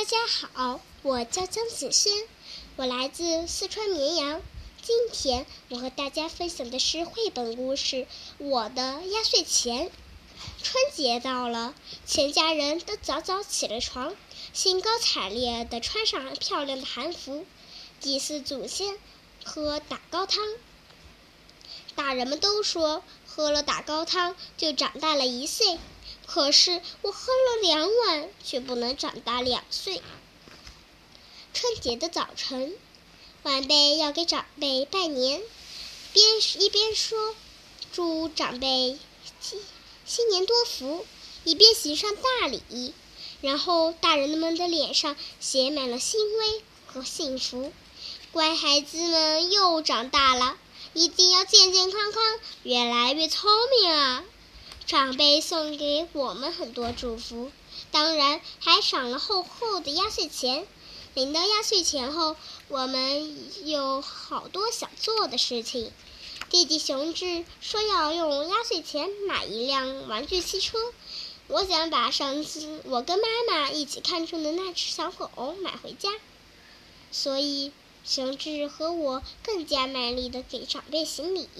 大家好，我叫江子轩，我来自四川绵阳。今天我和大家分享的是绘本故事《我的压岁钱》。春节到了，全家人都早早起了床，兴高采烈地穿上漂亮的韩服，祭祀祖先，喝打糕汤。大人们都说喝了打糕汤就长大了1岁，可是我喝了2碗却不能长大2岁。春节的早晨，晚辈要给长辈拜年，一边说祝长辈新年多福，一边行上大礼，然后大人们的脸上写满了欣慰和幸福。乖孩子们又长大了，一定要健健康康，越来越聪明啊！长辈送给我们很多祝福，当然还赏了厚厚的压岁钱。领到压岁钱后，我们有好多想做的事情。弟弟熊志说要用压岁钱买一辆玩具汽车，我想把上次我跟妈妈一起看中的那只小狗买回家，所以熊志和我更加卖力地给长辈行礼。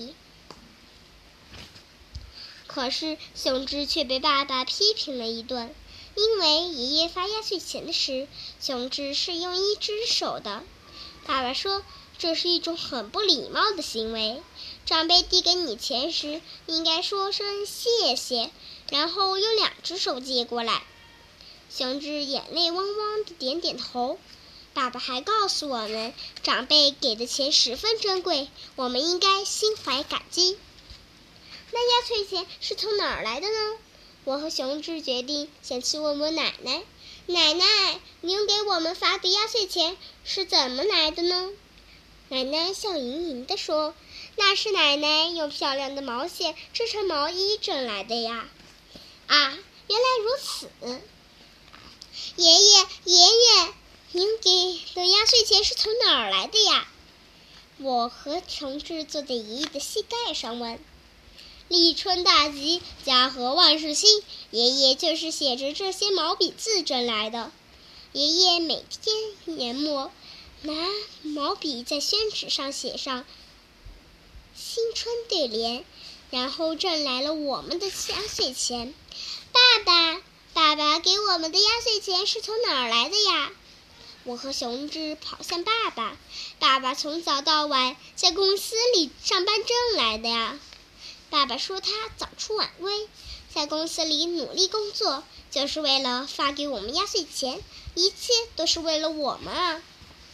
可是熊志却被爸爸批评了一顿，因为爷爷发压岁钱的时，熊志是用1只手的。爸爸说这是一种很不礼貌的行为，长辈递给你钱时应该说声谢谢，然后用2只手接过来。熊志眼泪汪汪地点点头。爸爸还告诉我们，长辈给的钱十分珍贵，我们应该心怀感激。那压岁钱是从哪儿来的呢？我和熊志决定先去问问奶奶。奶奶，您给我们发的压岁钱是怎么来的呢？奶奶笑盈盈地说，那是奶奶用漂亮的毛线织成毛衣挣来的呀。啊，原来如此。爷爷，您给的压岁钱是从哪儿来的呀？我和熊志坐在爷爷的膝盖上问。立春大吉，家和万事兴，爷爷就是写着这些毛笔字挣来的。爷爷每天年末拿毛笔在宣纸上写上新春对联，然后挣来了我们的压岁钱。爸爸给我们的压岁钱是从哪儿来的呀？我和熊志跑向爸爸。爸爸从早到晚在公司里上班挣来的呀。爸爸说他早出晚归，在公司里努力工作，就是为了发给我们压岁钱，一切都是为了我们啊！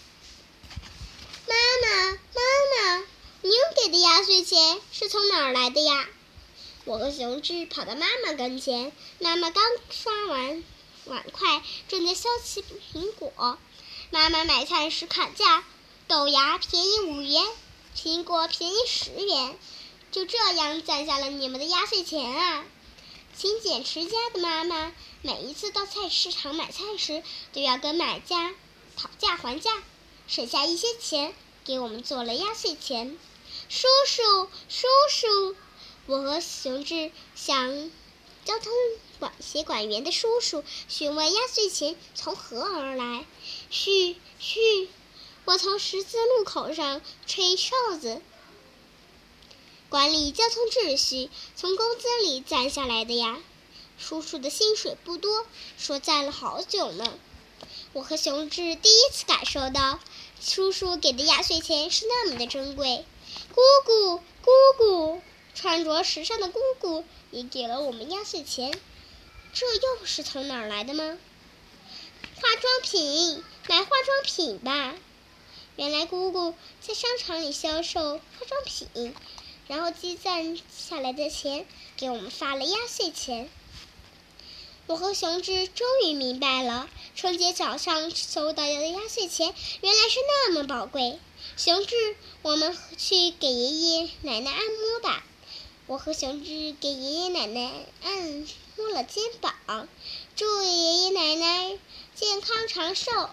妈妈，您给的压岁钱是从哪儿来的呀？我和熊志跑到妈妈跟前，妈妈刚刷完碗筷，正在削起苹果。妈妈买菜时砍价，豆芽便宜5元，苹果便宜10元。就这样攒下了你们的压岁钱啊！勤俭持家的妈妈每一次到菜市场买菜时，都要跟买家讨价还价，省下一些钱给我们做了压岁钱。叔叔，我和熊志向交通协管员的叔叔询问压岁钱从何而来。嘘，我从十字路口上吹哨子，管理交通秩序，从工资里攒下来的呀。叔叔的薪水不多，说攒了好久呢。我和熊志第一次感受到，叔叔给的压岁钱是那么的珍贵。姑姑，穿着时尚的姑姑也给了我们压岁钱，这又是从哪儿来的吗？化妆品，买化妆品吧。原来姑姑在商场里销售化妆品，然后积攒下来的钱给我们发了压岁钱。我和熊志终于明白了，春节早上收到的压岁钱原来是那么宝贵。熊志，我们去给爷爷奶奶按摩吧。我和熊志给爷爷奶奶按摩了肩膀，祝爷爷奶奶健康长寿。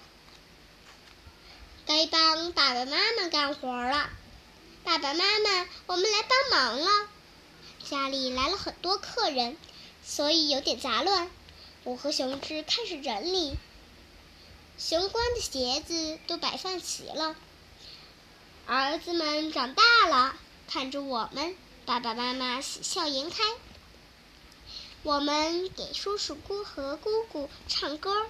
该帮爸爸妈妈干活了。爸爸妈妈，我们来帮忙了。家里来了很多客人，所以有点杂乱。我和熊志开始整理。 熊官的鞋子都摆放齐了。儿子们长大了，看着我们，爸爸妈妈喜笑颜开。我们给叔叔和姑姑唱歌。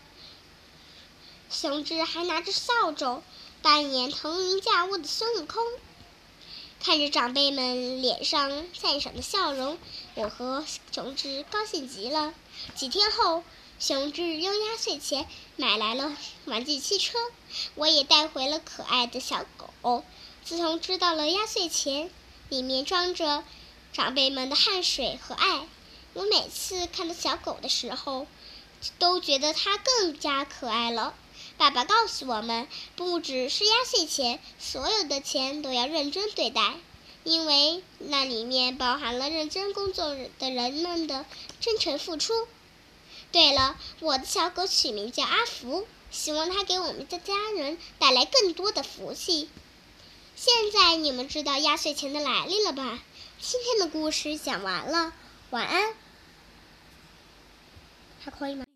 熊智还拿着扫帚扮演腾云驾雾的孙悟空。看着长辈们脸上赞赏的笑容，我和熊智高兴极了。几天后，熊智用压岁钱买来了玩具汽车，我也带回了可爱的小狗。自从知道了压岁钱里面装着长辈们的汗水和爱，我每次看到小狗的时候，都觉得它更加可爱了。爸爸告诉我们，不只是压岁钱，所有的钱都要认真对待，因为那里面包含了认真工作的人们的真诚付出。对了，我的小狗取名叫阿福，希望它给我们的家人带来更多的福气。现在你们知道压岁钱的来历了吧？今天的故事讲完了，晚安。还可以吗？